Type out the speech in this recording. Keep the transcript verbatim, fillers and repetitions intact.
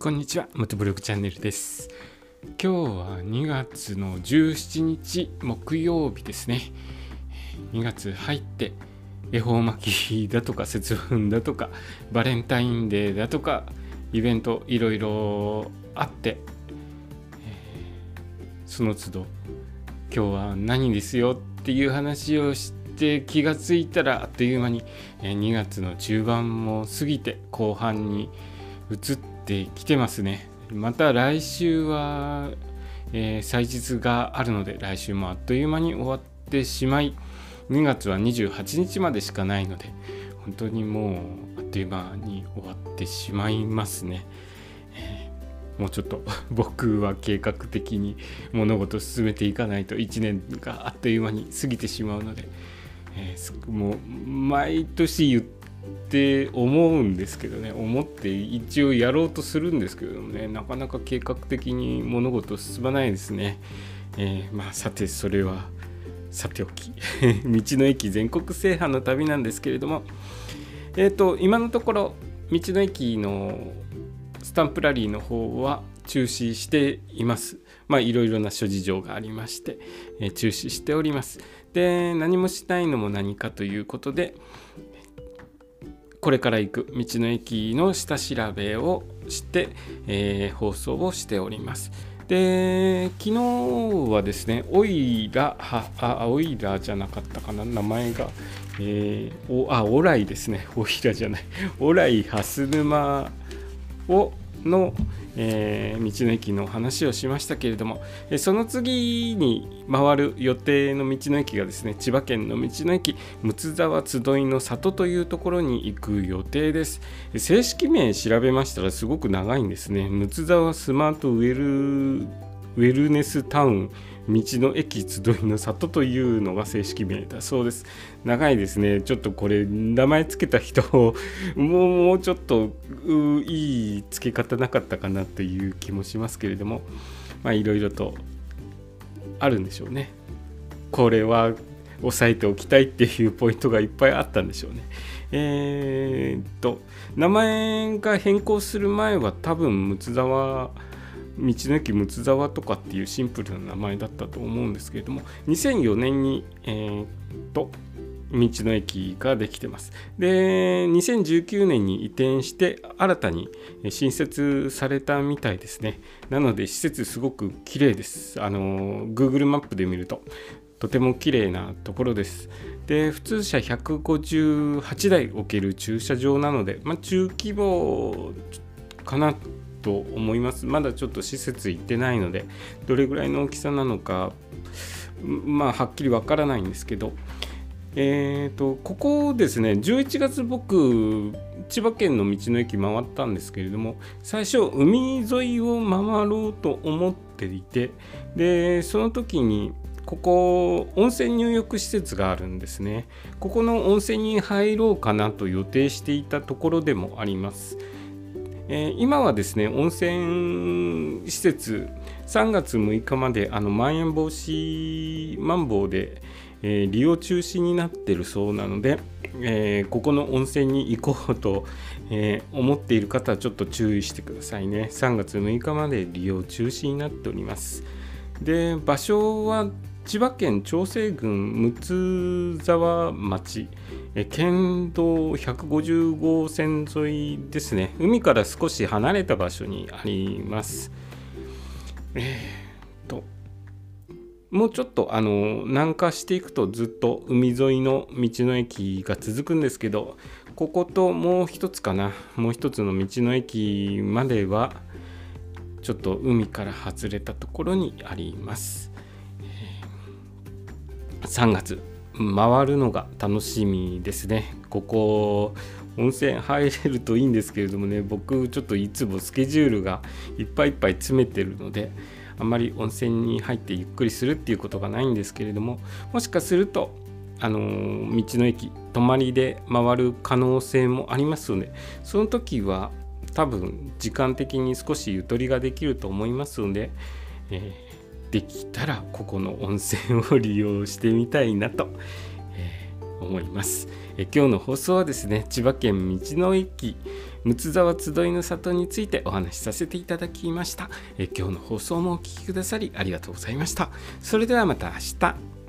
こんにちは、元ブログチャンネルです。今日はにがつのじゅうしちにち木曜日ですね。にがつ入って恵方巻きだとか節分だとかバレンタインデーだとかイベントいろいろあって、その都度今日は何ですよっていう話をして気がついたらあっという間ににがつの中盤も過ぎて後半に移ってきてますね。また来週は、えー、祭日があるので来週もあっという間に終わってしまい、にがつはにじゅうはちにちまでしかないので本当にもうあっという間に終わってしまいますね。えー、もうちょっと僕は計画的に物事を進めていかないといちねんがあっという間に過ぎてしまうので、えー、もう毎年言ってって思うんですけどね、思って一応やろうとするんですけどもね、なかなか計画的に物事進まないですね。えー、まあさてそれはさておき道の駅全国制覇の旅なんですけれども、えーと今のところ道の駅のスタンプラリーの方は中止しています。まあいろいろな諸事情がありまして、えー、中止しております。で、何もしないのも何かということで、これから行く道の駅の下調べをして、えー、放送をしております。で、昨日はですね、オイラはあオイラじゃなかったかな、名前が、えー、おあオライですね、オイラじゃないオライ蓮沼をの、えー、道の駅の話をしましたけれども、その次に回る予定の道の駅がですね、千葉県の道の駅睦沢集いの里というところに行く予定です。正式名調べましたらすごく長いんですね。睦沢スマートウェルウェルネスタウン道の駅集いの里というのが正式名だそうです。長いですね。ちょっとこれ名前つけた人もうもうちょっといい付け方なかったかなという気もしますけれども、まあいろいろとあるんでしょうね。これは押さえておきたいっていうポイントがいっぱいあったんでしょうね。えー、っと名前が変更する前は多分睦沢道の駅睦沢とかっていうシンプルな名前だったと思うんですけれども、にせんよねんに、えー、っと道の駅ができてます。で、にせんじゅうきゅうねんに移転して新たに新設されたみたいですね。なので施設すごく綺麗です。あの Google マップで見るととても綺麗なところです。で、普通車ひゃくごじゅうはちだい置ける駐車場なので、まあ、中規模かなと思います。まだちょっと施設行ってないのでどれぐらいの大きさなのかまあはっきりわからないんですけど、えーとここですね、じゅういちがつ僕千葉県の道の駅回ったんですけれども、最初海沿いを回ろうと思っていて、でその時にここ温泉入浴施設があるんですね。ここの温泉に入ろうかなと予定していたところでもあります。えー、今はですね、温泉施設さんがつむいかまであのまん延防止マンボウで、えー、利用中止になっているそうなので、えー、ここの温泉に行こうと、えー、思っている方はちょっと注意してくださいね。さんがつむいかまで利用中止になっております。で、場所は千葉県長生郡睦沢町、県道ひゃくごじゅうごうせん沿いですね。海から少し離れた場所にあります。えー、ともうちょっとあの南下していくとずっと海沿いの道の駅が続くんですけど、ここともう一つかなもう一つの道の駅まではちょっと海から外れたところにあります。さんがつ回るのが楽しみですね。ここ温泉入れるといいんですけれどもね、僕ちょっといつもスケジュールがいっぱいいっぱい詰めてるのであんまり温泉に入ってゆっくりするっていうことがないんですけれども、もしかするとあのー、道の駅泊まりで回る可能性もありますので、その時は多分時間的に少しゆとりができると思いますので、えーできたらここの温泉を利用してみたいなと、えー、 思います。え今日の放送はですね、千葉県道の駅睦沢集いの里についてお話しさせていただきました。え今日の放送もお聞きくださりありがとうございました。それではまた明日。